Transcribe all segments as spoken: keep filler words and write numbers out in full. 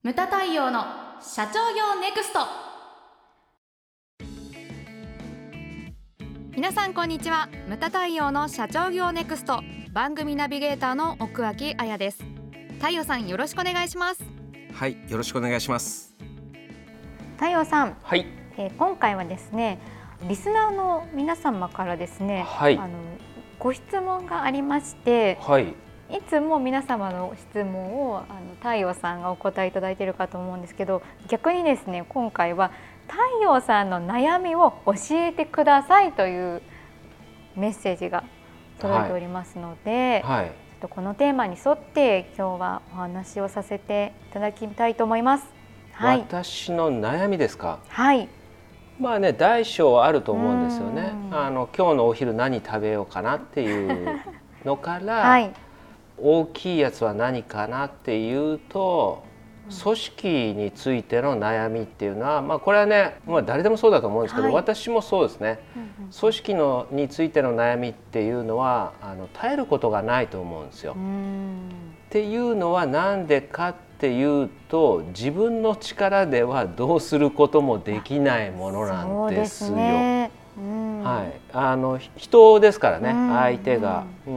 ムタ太陽の社長業ネクスト。皆さんこんにちは。ムタ太陽の社長業ネクスト番組ナビゲーターの奥脇彩です。太陽さん、よろしくお願いします。 はい、よろしくお願いします。 太陽さん、 はい、 えー、今回はですね、リスナーの皆様からですね、 はい、 あのご質問がありまして、 はい、 いつも皆様の質問をあの太陽さんがお答えいただいているかと思うんですけど、逆にですね、今回は太陽さんの悩みを教えてくださいというメッセージが届いておりますので、はいはい、ちょっとこのテーマに沿って今日はお話をさせていただきたいと思います。はい、 私の悩みですか。 はい。 まあね、大小あると思うんですよね。あの今日のお昼何食べようかなっていうのから、はい、大きいやつは何かなっていうと、組織についての悩みっていうのは、まあ、これはね、まあ、誰でもそうだと思うんですけど、はい、私もそうですね、うんうん、組織のについての悩みっていうのはあの絶えることがないと思うんですよ。うんっていうのは何でかっていうと、自分の力ではどうすることもできないものなんですよ。そうですね。うん、はい、あの人ですからね、うん、相手が。うん、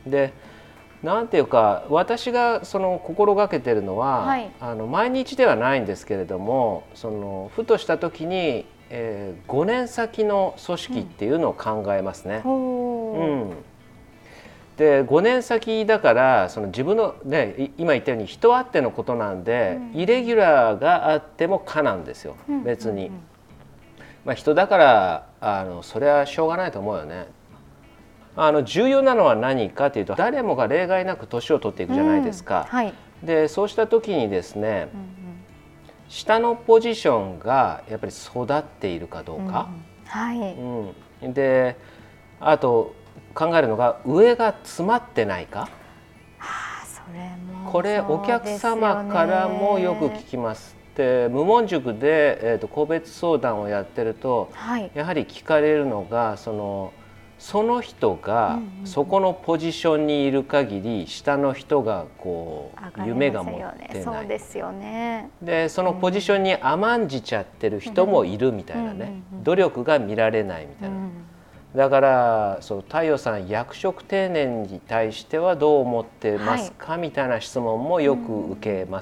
でなんていうか、私がその心がけてるのは、はい、あの毎日ではないんですけれども、そのふとした時に、えー、ごねん先の組織っていうのを考えますね。うんうん、でごねん先だから、その自分の、ね、今言ったように人あってのことなんで、うん、イレギュラーがあっても可なんですよ、うん、別に、うんうん、まあ、人だからあのそれはしょうがないと思うよね。あの重要なのは何かというと、誰もが例外なく年を取っていくじゃないですか、うんはい、でそうした時にですね、うんうん、下のポジションがやっぱり育っているかどうか、うんはいうん、であと考えるのが、上が詰まってないか、 はあ、それもこれお客様からもよく聞きます。で無門塾で、えーと、個別相談をやってると、はい、やはり聞かれるのが、そのその人がそこのポジションにいる限り、下の人がこう夢が持ってない。 そうですよね。 でそのポジションに甘んじちゃってる人もいるみたいなね、努力が見られないみたいな。だからそう、太陽さん、役職定年に対してはどう思ってますか、はい、みたいな質問もよく受けます。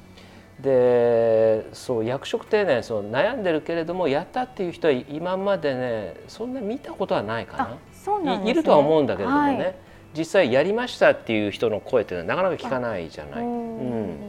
でそう役職定年、そう悩んでるけれどもやったっていう人は今までね、そんな見たことはないかな。 そうなんですね。 い, いるとは思うんだけれどもね、はい、実際やりましたっていう人の声っていうのはなかなか聞かないじゃない。うん、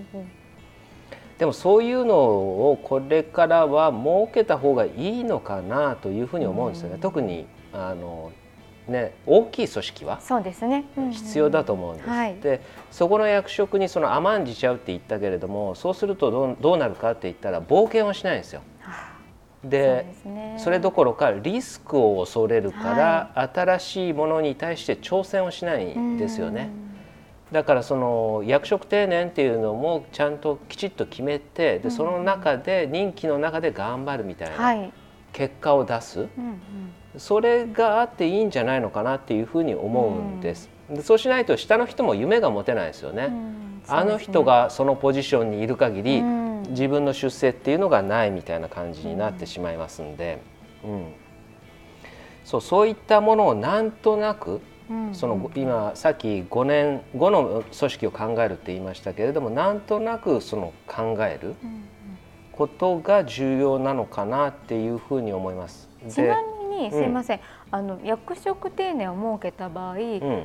でもそういうのをこれからは設けた方がいいのかなというふうに思うんですよね。特にあのね、大きい組織はそうですね、 必要だと思うんです、はい、でそこの役職にその甘んじちゃうって言ったけれども、そうするとど う, どうなるかって言ったら冒険をしないんですよ。で そ, うですね、それどころかリスクを恐れるから、はい、新しいものに対して挑戦をしないんですよね。だからその役職定年っていうのもちゃんときちっと決めて、でその中で任期の中で頑張るみたいな結果を出す、はい、うんうん、それがあっていいんじゃないのかなっていうふうに思うんです、うん、でそうしないと下の人も夢が持てないですよね、うん、そうですね。あの人がそのポジションにいる限り、うん、自分の出世っていうのがないみたいな感じになってしまいますんで、うんうん、そう、そういったものをなんとなく、うん、その今さっきごねんごの組織を考えるって言いましたけれども、なんとなくその考えることが重要なのかなっていうふうに思います。 ちなみにすいません、うん、あの役職定年を設けた場合、うん、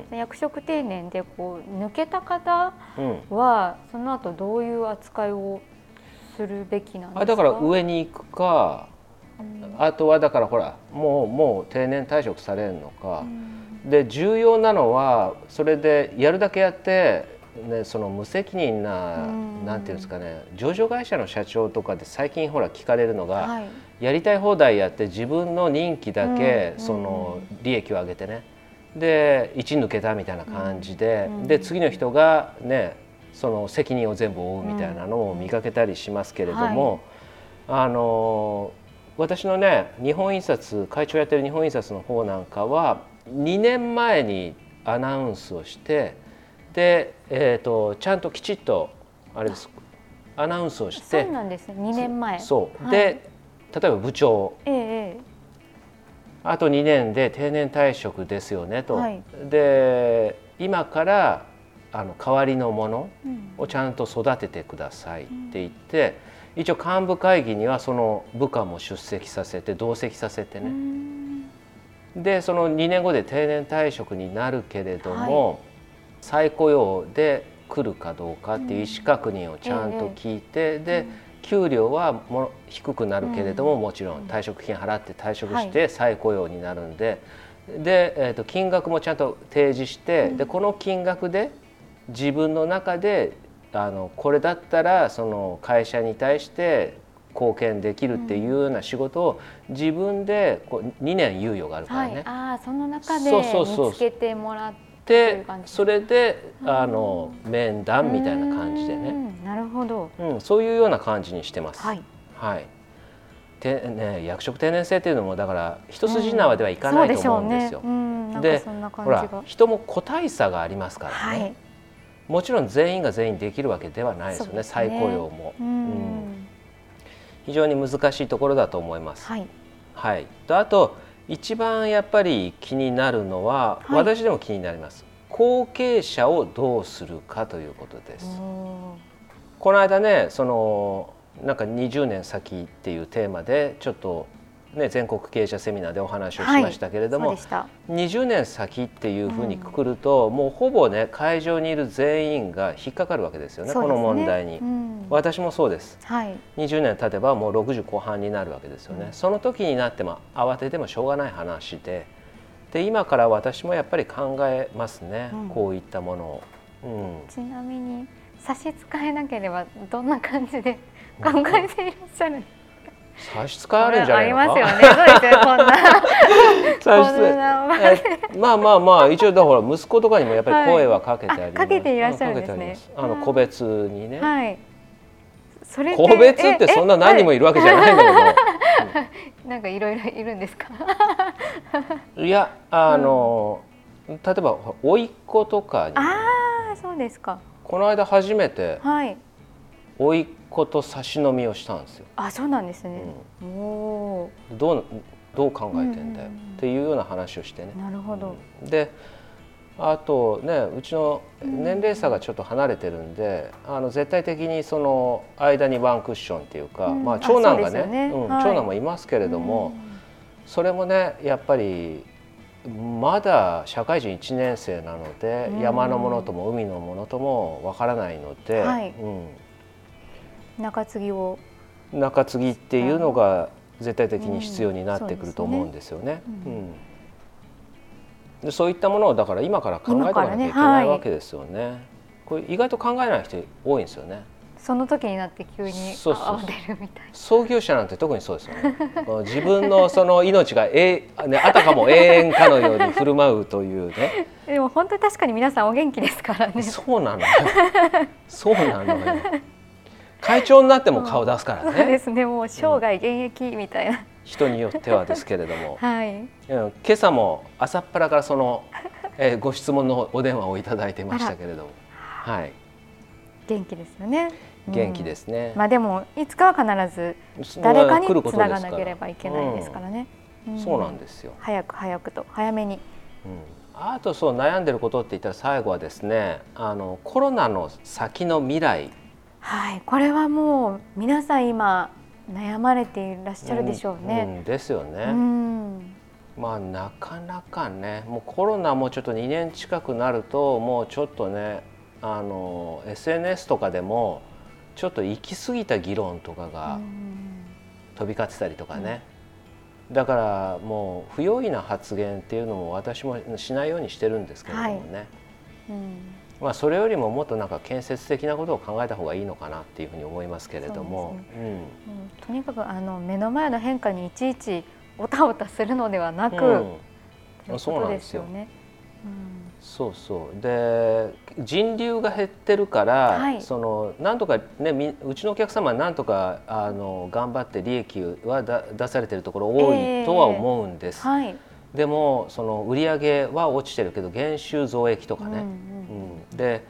役職定年でこう抜けた方は、うん、その後どういう扱いをするべきなんですか？ あ、だから上に行くか、うん、あとはだからほらもうもう定年退職されるのか、うん、で重要なのはそれでやるだけやってね、その無責任な、なんていうんですかね、上場会社の社長とかで最近ほら聞かれるのが、はい、やりたい放題やって自分の任期だけその利益を上げてね、でいち抜けたみたいな感じで、で次の人がねその責任を全部負うみたいなのを見かけたりしますけれども、はい、あの私のね日本印刷会長やってる日本印刷の方なんかはにねんまえにアナウンスをして、で、えーと、ちゃんときちっとあれです、 アナウンスをして、 そうなんですね、にねんまえ。 そう、 はい、 で例えば部長、 ええ、 あとにねんで定年退職ですよねと、はい、で今からあの代わりのものをちゃんと育ててくださいって言って、うん、一応幹部会議にはその部下も出席させて同席させてね、でそのにねんごで定年退職になるけれども、はい、再雇用で来るかどうかっていう意思確認をちゃんと聞いて、うん、で、うん、給料はも低くなるけれども、もちろん退職金払って退職して再雇用になるんで、で、えーと、金額もちゃんと提示して、でこの金額で自分の中であのこれだったらその会社に対して貢献できるっていうような仕事を自分でこうにねん猶予があるからね、はい、 あその中で見つけてもらって。 でそれであの面談みたいな感じでね、 なるほど、 うん、そういうような感じにしてます。 はい、 はい、でね、役職定年制っていうのもだから一筋縄ではいかないと思うんですよ。で、ほら人も個体差がありますからね、はい、もちろん全員が全員できるわけではないですよね、再雇用も、うん、非常に難しいところだと思います。はい、はい、とあと一番やっぱり気になるのは、はい、私でも気になります。後継者をどうするかということです。この間ね、そのなんかにじゅうねん先っていうテーマでちょっとね全国経営者セミナーでお話をしましたけれども、はい、にじゅうねん先っていうふうにくくると、うん、もうほぼね会場にいる全員が引っかかるわけですよね、この問題に、うん、私もそうです、はい、にじゅうねん経てばもうろくじゅう後半になるわけですよね、うん、その時になっても慌ててもしょうがない話で、で今から私もやっぱり考えますね、うん、こういったものを、うん、 ちなみに差し支えなければどんな感じで考えていらっしゃるんですか？ 差し支えあるんじゃないのか。 ありますよね。そうですよ、こんな。差し支え。まあまあまあ一応だから息子とかにもやっぱり声はかけてあります。 かけていらっしゃるんですね。 あの個別にね。 はい。 それ個別ってそんな何人もいるわけじゃないんだけど。なんかいろいろいるんですか。 いやあの例えば甥っ子とかに。 ああそうですか。 この間初めて甥っ子と差し飲みをしたんですよ。 あ、そうなんですね。うん、おどうどう考えてんだよっていうような話をしてね。 なるほど。 で、あとね、うちの年齢差がちょっと離れてるんで、うん、あの絶対的にその間にワンクッションっていうか、うん、まあ長男がね、ねうんはい、長男もいますけれども、うん、それもねやっぱりまだ社会人いちねん生なので、うん、山のものとも海のものともわからないので、はいうん、中継ぎを中継ぎっていうのが絶対的に必要になってくると思うんですよね。でそういったものをだから今から考えておかなきゃいけないわけですよね。はい、これ意外と考えない人多いんですよね。 その時になって急に慌てるみたいな。 創業者なんて特にそうですよね。自分のその命がえ、ね、あたかも永遠かのように振る舞うというね。 でも本当に確かに皆さんお元気ですからね。 そうなのよ。そうなのよ。会長になっても顔出すからね。 そうですね。もう生涯現役みたいな、うん、 人によってはですけれども、 はい、 今朝も朝っぱらからその、えー、ご質問のお電話をいただいてましたけれども、はい、 元気ですよね。 元気ですね。 うん、まあでもいつかは必ず誰かにつながなければいけないですからね。 うん、そうなんですよ。 早く早くと早めに。 うん、あとそう悩んでることって言ったら最後はですね、あのコロナの先の未来。 はい、これはもう皆さん今悩まれていらっしゃるでしょうね。 うんうん、ですよね。 うん、 まあなかなかね、もうコロナもちょっとにねん近くなるともうちょっとね、あの エスエヌエス とかでもちょっと行き過ぎた議論とかが飛び交ってたりとかね。うん、だからもう不用意な発言っていうのも私もしないようにしてるんですけれどもね。はい、うん、まあそれよりももっとなんか建設的なことを考えた方がいいのかなっていうふうに思いますけれども、 うんうん、とにかくあの目の前の変化にいちいちおたおたするのではなく、うん、ということですよね。 そうそうで人流が減ってるから、はい、そのなんとかねうちのお客様はなんとかあの頑張って利益はだ出されてるところ多いとは思うんです。えーはい、でもその売上は落ちてるけど減収増益とかね、うんうんうん、で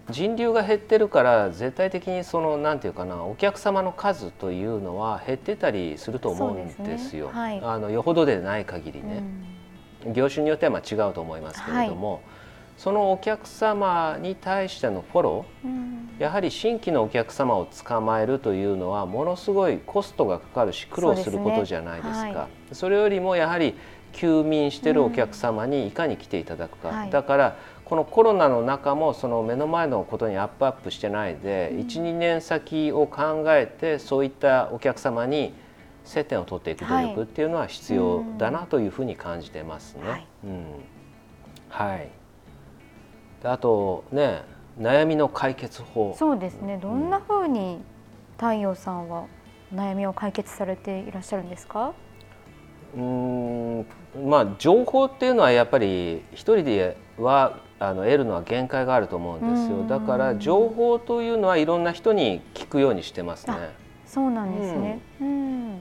人流が減ってるから絶対的にそのなんていうかな、お客様の数というのは減ってたりすると思うんですよ。 ね、はい、 あのよほどでない限りね、うん、業種によってはまあ違うと思いますけれども、はい、そのお客様に対してのフォロー、うん、やはり新規のお客様を捕まえるというのはものすごいコストがかかるし苦労することじゃないですか。 そ,、ねはい、それよりもやはり休眠しているお客様にいかに来ていただくか、うん、だからこのコロナの中もその目の前のことにアップアップしてないで、うん、いち、にねん先を考えてそういったお客様に接点を取っていく努力っていうのは必要だなというふうに感じてますね。はい、うんはい、であとね、悩みの解決法。 そうですね、どんなふうに太陽さんは悩みを解決されていらっしゃるんですか？ うーんまあ、情報っていうのはやっぱり一人ではあの得るのは限界があると思うんですよ。だから情報というのはいろんな人に聞くようにしてますね。 そうなんですね。うん、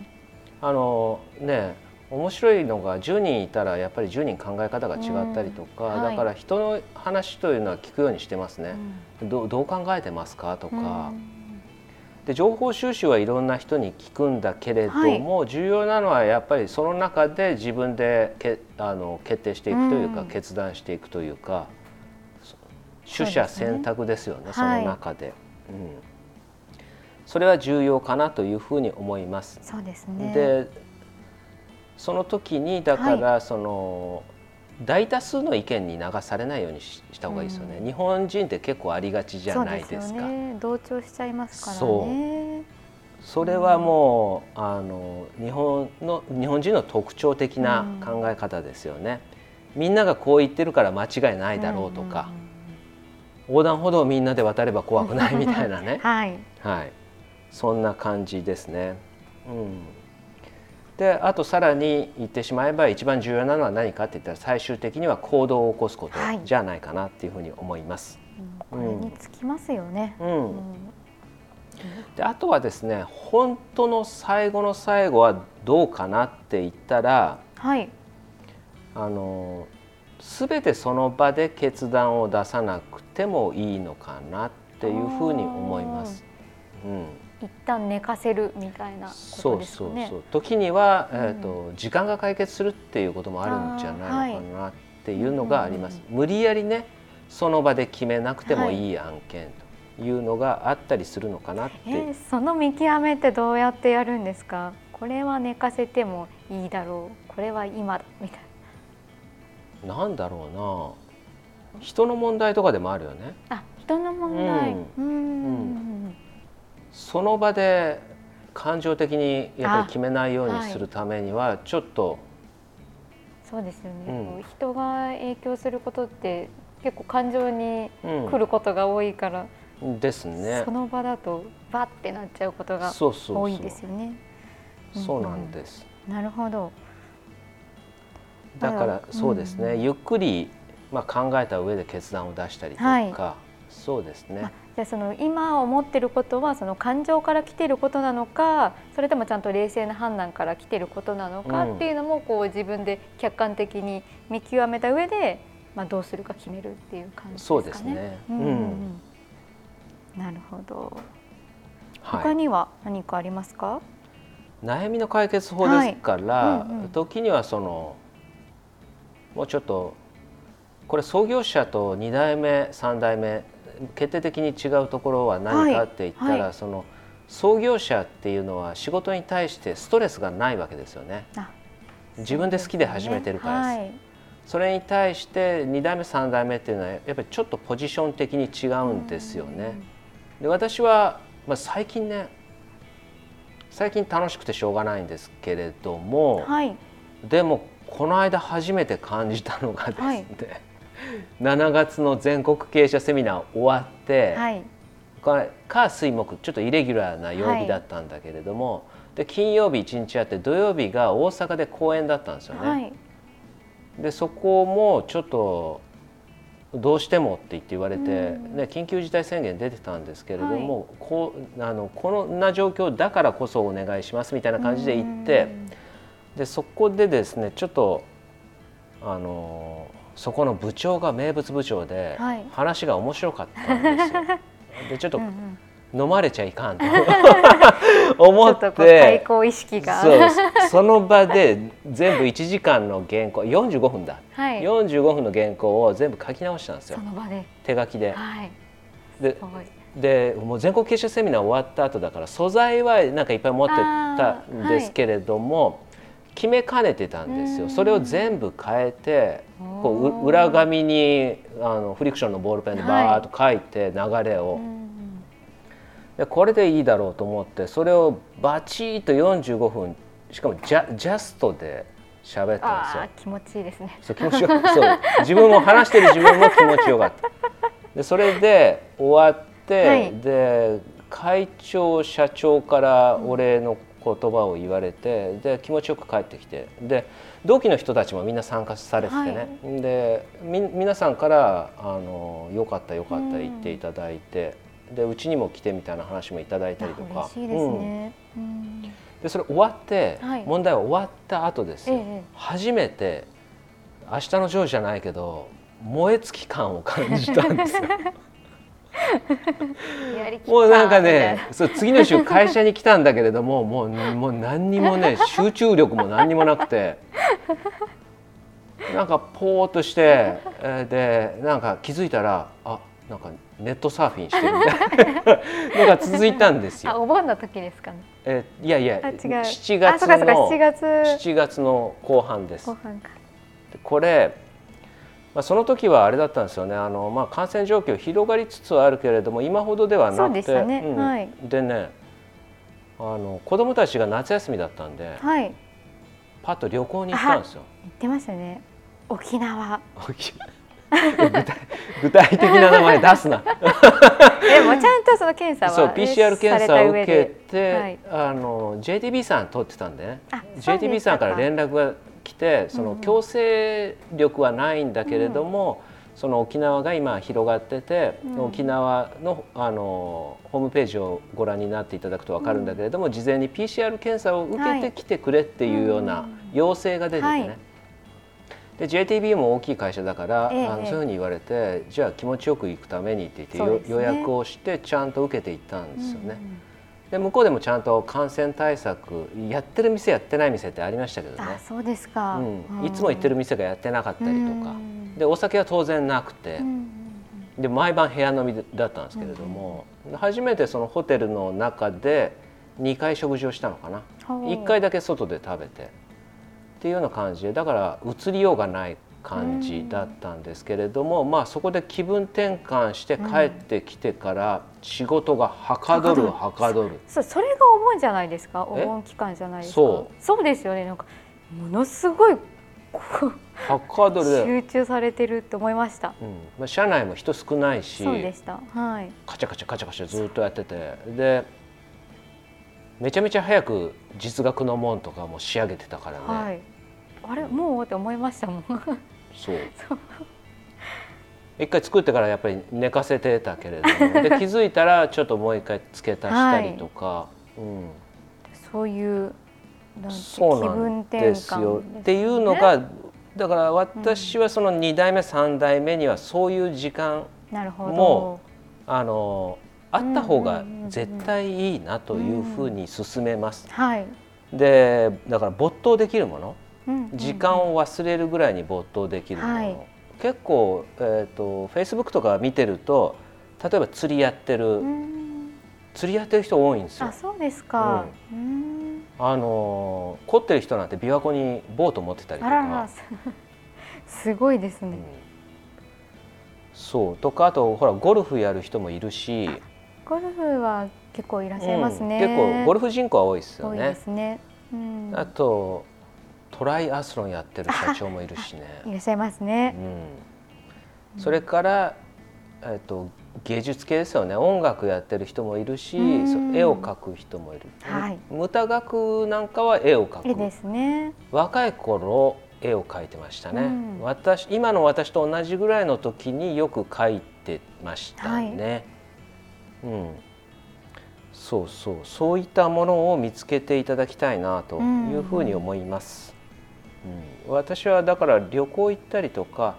あのね、面白いのがじゅうにんいたらやっぱりじゅうにん考え方が違ったりとか、はい、だから人の話というのは聞くようにしてますね。うん、ど, どう考えてますかとか。うんで情報収集はいろんな人に聞くんだけれども、はい、重要なのはやっぱりその中で自分でけあの決定していくというか、うん、決断していくというか、取捨選択ですよね、その中で、はい、うん、それは重要かなというふうに思います。 そうですね。 でその時にだから、はい、その大多数の意見に流されないようにした方がいいですよね。うん、日本人って結構ありがちじゃないですか。 そうですよね。同調しちゃいますからね。 そう。それはもう、うん、あの日本の日本人の特徴的な考え方ですよね。うん、みんながこう言ってるから間違いないだろうとか、うん、横断歩道をみんなで渡れば怖くないみたいなね。 はい、 はい。そんな感じですね。うん。であとさらに言ってしまえば一番重要なのは何かっていったら最終的には行動を起こすことじゃないかなっていうふうに思います。 はい、うん、これにつきますよね。うんうん、 であとはですね、本当の最後の最後はどうかなって言ったら、はい、あの全てその場で決断を出さなくてもいいのかなっていうふうに思います。うん、 一旦寝かせるみたいなことですかね。そうそうそう。 時には、えーと、時間が解決するっていうこともあるんじゃないのかなっていうのがあります。無理やりね、その場で決めなくてもいい案件というのがあったりするのかなって。 えー、その見極めってどうやってやるんですか？これは寝かせてもいいだろう、これは今だみたいな。なんだろうな。人の問題とかでもあるよね。 あ、人の問題。うん。うんうんその場で感情的にやっぱり決めないようにするためにはちょっと、はい、 そうですよね、うん、人が影響することって結構感情に来ることが多いから、 うん、ですね。 その場だとバッてなっちゃうことが多いですよね。 そうなんです、 うん、なるほど。 だからそうですね、うん、ゆっくり、まあ、考えた上で決断を出したりとか、はい、そうですね、まじゃあその今思ってることはその感情から来てることなのか、それともちゃんと冷静な判断から来てることなのかっていうのもこう自分で客観的に見極めた上で、まあ、どうするか決めるっていう感じですかね。 そうですね、うんうん、 なるほど。他には何かありますか？はい、 悩みの解決法ですから、はいうんうん、時にはそのもうちょっとこれ創業者とに代目さん代目決定的に違うところは何かって言ったら、はいはい、その創業者っていうのは仕事に対してストレスがないわけですよね。自分で好きで始めてるからです。はい、それに対してに代目さん代目っていうのはやっぱりちょっとポジション的に違うんですよね。で私は、まあ、最近ね最近楽しくてしょうがないんですけれども、はい、でもこの間初めて感じたのがですね、はいしちがつの全国経営者セミナー終わって、はい、火水木ちょっとイレギュラーな曜日だったんだけれども、はい、で金曜日いちにちあって土曜日が大阪で講演だったんですよね。はい、でそこもちょっとどうしてもって言って言われて、ね、緊急事態宣言出てたんですけれども、はい、こうあのこんな状況だからこそお願いしますみたいな感じで言って、でそこでですねちょっとあのそこの部長が名物部長で、はい、話が面白かったんですよ。でちょっと、うんうん、飲まれちゃいかんと思って対抗意識がそうその場で全部いちじかんの原稿よんじゅうごふんだ、はい、よんじゅうごふんの原稿を全部書き直したんですよ。 その場で手書きで、 はい、 ででもう全国経営者セミナー終わった後だから素材はなんかいっぱい持ってたんですけれども、はい、決めかねてたんですよ。それを全部変えてこう裏紙にあのフリクションのボールペンでバーッと書いて流れを、はい、でこれでいいだろうと思ってそれをバチッとよんじゅうごふんしかもジャ、ジャストで喋ったんですよ。 あ気持ちいいですね。 そう気持ちよそう自分も話してる自分も気持ちよかった。でそれで終わって、はい、で会長社長からお礼の言葉を言われて、で気持ちよく帰ってきて、で同期の人たちもみんな参加されててね、はい、でみ皆さんからあのよかったよかった言っていただいて、でうちにも来てみたいな話もいただいたりとか。 嬉しいですね。うん、 でそれ終わって、はい、問題は終わった後ですよ、ええ、初めて明日のジョージじゃないけど燃え尽き感を感じたんですよ。もうなんかねそう次の週会社に来たんだけれどももう、もう何にもね集中力も何にもなくてなんかポーっとしてでなんか気づいたらあなんかネットサーフィンしてるみたいなのが続いたんですよ。 あお盆の時ですかね。 えいやいやしちがつのしちがつの後半です。 後半か。 これまあ、その時はあれだったんですよね。あの、まあ、感染状況広がりつつはあるけれども今ほどではなくて、そうでしたね、うんはい、でねあの子どもたちが夏休みだったんで、はい、パッと旅行に行ったんですよ。 行ってましたね。沖縄具体具体的な名前出すな。 でもちゃんとその検査は、 そう ピーシーアール 検査を受けて、はい、あの ジェーティービー さん取ってたんでね。ジェーティービー さんから連絡が来てその強制力はないんだけれども、うん、その沖縄が今広がってて、うん、沖縄 の, あのホームページをご覧になっていただくと分かるんだけれども、うん、事前に ピーシーアール 検査を受けてきてくれっていうような要請が出ててね、はい、で ジェーティービー も大きい会社だから、ええ、あのそういうふうに言われてじゃあ気持ちよく行くためにって言って、ね、予約をしてちゃんと受けていったんですよね。うんで向こうでもちゃんと感染対策やってる店やってない店ってありましたけどね。 あそうですか、 うん、いつも行ってる店がやってなかったりとかでお酒は当然なくてで毎晩部屋飲みだったんですけれども初めてそのホテルの中でにかい食事をしたのかな。いっかいだけ外で食べてっていうような感じでだから移りようがない感じだったんですけれども、まあそこで気分転換して帰ってきてから仕事がはかどるはかどる。 そ, それがお盆じゃないですか。お盆期間じゃないですか。そうそうですよね。なんかものすごいはかどる集中されてるって思いました。 うんまあ、社内も人少ないしそうでした、はい、 カチャカチャカチャカチャずっとやっててでめちゃめちゃ早く実学の門とかも仕上げてたからね、はい、 あれもうって思いましたもん。 そう一回作ってからやっぱり寝かせてたけれどもで気づいたらちょっともう一回付け足したりとか、はいうん、 そういうなんそうなんですよっていうのがだから私はそのに代目さん代目にはそういう時間もあのあった方が絶対いいなというふうに進めます。はい、でだから没頭できるもの時間を忘れるぐらいに没頭できるもの、はい、結構、えーと、Facebook とか見てると例えば釣りやってる釣りやってる人多いんですよ。 あそうですか、 うん、あの凝ってる人なんて琵琶湖にボート持ってたりとかあららすごいですね、うん、 そうとかあとほらゴルフやる人もいるしゴルフは結構いらっしゃいますね、 うん、結構ゴルフ人口は多いですよね。 多いですね、うん、 あとトライアスロンやってる社長もいるしね。 いらっしゃいますね。 うん、それから、えっと、芸術系ですよね。音楽やってる人もいるし、絵を描く人もいる。はい、ムタ学なんかは絵を描く。 絵ですね。 若い頃絵を描いてましたね。私今の私と同じぐらいの時によく描いてましたね。はい、うん。そうそうそういったものを見つけていただきたいなというふうに思います。うん、私はだから旅行行ったりとか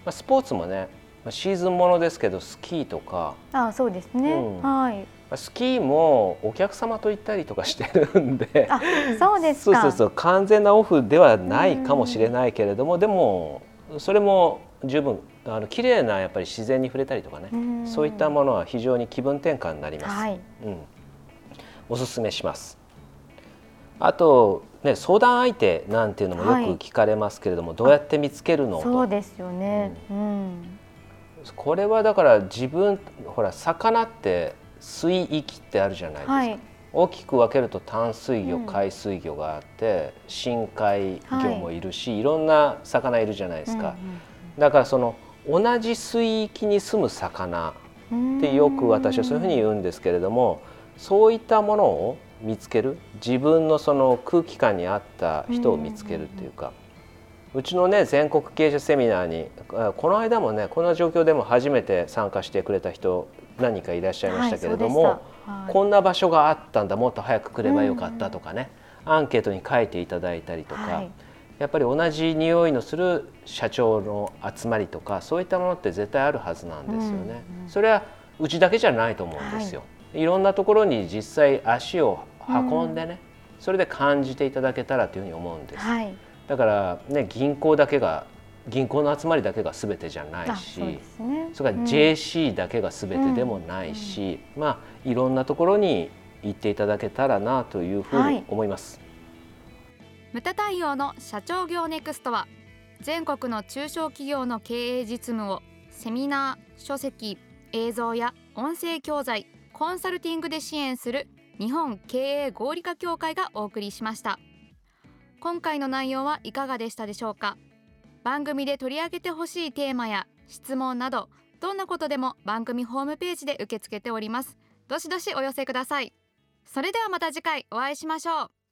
まあ、スポーツもねシーズンものですけどスキーとかあそうですね、うん、はい、 スキーもお客様と行ったりとかしてるんであそうですか。 そうそうそう完全なオフではないかもしれないけれども、でもそれも十分あの綺麗なやっぱり自然に触れたりとかね、そういったものは非常に気分転換になります、はい、うん、おすすめします。あと、ね、相談相手なんていうのもよく聞かれますけれども、はい、どうやって見つけるのと。 そうですよね、うんうん、 これはだから自分ほら魚って水域ってあるじゃないですか、はい、大きく分けると淡水魚、海水魚があって深海魚もいるし、はい、いろんな魚いるじゃないですか、うんうん、だからその同じ水域に住む魚ってよく私はそういうふうに言うんですけれども、そういったものを見つける、自分のその空気感に合った人を見つけるっていうか、うちのね全国経営者セミナーにこの間もねこんな状況でも初めて参加してくれた人何人かいらっしゃいましたけれども、はいはい、こんな場所があったんだ、もっと早く来ればよかったとかね、うんうん、アンケートに書いていただいたりとか、はい、やっぱり同じ匂いのする社長の集まりとかそういったものって絶対あるはずなんですよね、うんうん、それはうちだけじゃないと思うんですよ、はい、いろんなところに実際足を運んでね、うん、それで感じていただけたらというふうに思うんです、はい、だからね銀行だけが銀行の集まりだけが全てじゃないし、 そ, うですね、それから ジェーシー だけが全てでもないし、うんうん、まあいろんなところに行っていただけたらなというふうに思います、はい、 ムタ太陽の社長業ネクストは全国の中小企業の経営実務をセミナー、書籍、映像や音声教材、コンサルティングで支援する日本経営合理化協会がお送りしました。今回の内容はいかがでしたでしょうか。番組で取り上げてほしいテーマや質問などどんなことでも番組ホームページで受け付けております。どしどしお寄せください。それではまた次回お会いしましょう。